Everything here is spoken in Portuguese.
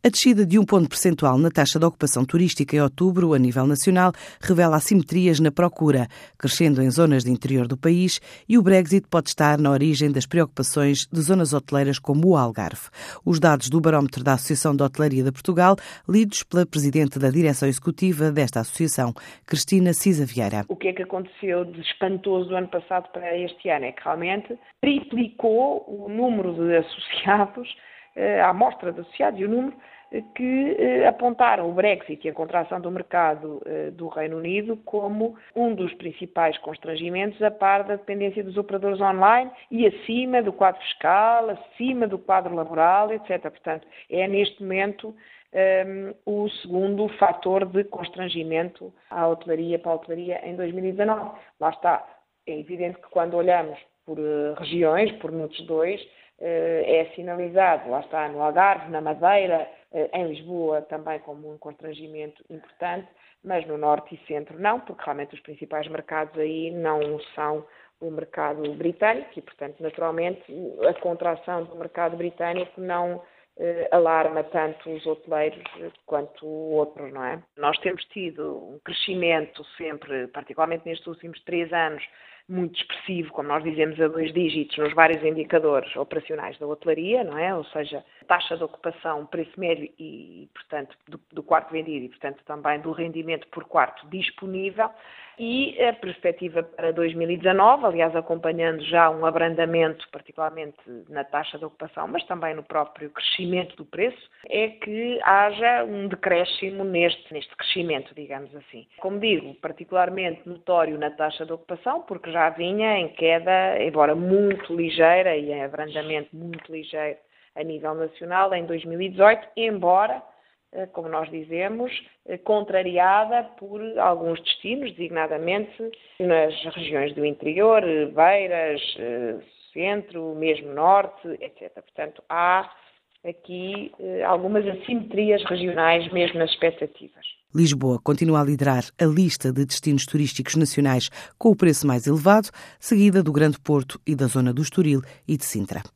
A descida de 1 ponto percentual na taxa de ocupação turística em outubro, a nível nacional, revela assimetrias na procura, crescendo em zonas de interior do país, e o Brexit pode estar na origem das preocupações de zonas hoteleiras como o Algarve. Os dados do barómetro da Associação de Hotelaria de Portugal, lidos pela Presidente da Direção Executiva desta associação, Cristina Cisa Vieira. O que é que aconteceu de espantoso do ano passado para este ano? É que realmente triplicou o número de associados, a amostra de associados e o número que apontaram o Brexit e a contração do mercado do Reino Unido como um dos principais constrangimentos a par da dependência dos operadores online e acima do quadro fiscal, acima do quadro laboral, etc. Portanto, é neste momento o segundo fator de constrangimento para a hotelaria em 2019. Lá está. É evidente que quando olhamos por regiões, por NUTS 2, é sinalizado, lá está, no Algarve, na Madeira, em Lisboa também como um constrangimento importante, mas no Norte e Centro não, porque realmente os principais mercados aí não são o mercado britânico e, portanto, naturalmente, a contração do mercado britânico não alarma tanto os hoteleiros quanto outros, não é? Nós temos tido um crescimento sempre, particularmente nestes últimos 3 anos, muito expressivo, como nós dizemos, a 2 dígitos nos vários indicadores operacionais da hotelaria, não é? Ou seja, taxa de ocupação, preço médio e, portanto, do quarto vendido e, portanto, também do rendimento por quarto disponível. E a perspectiva para 2019, aliás, acompanhando já um abrandamento, particularmente na taxa de ocupação, mas também no próprio crescimento do preço, é que haja um decréscimo neste crescimento, digamos assim. Como digo, particularmente notório na taxa de ocupação, porque já vinha em queda, embora muito ligeira e em abrandamento muito ligeiro a nível nacional em 2018, embora, como nós dizemos, contrariada por alguns destinos, designadamente nas regiões do interior, Beiras, Centro, mesmo Norte, etc. Portanto, há aqui algumas assimetrias regionais mesmo nas expectativas. Lisboa continua a liderar a lista de destinos turísticos nacionais com o preço mais elevado, seguida do Grande Porto e da zona do Estoril e de Sintra.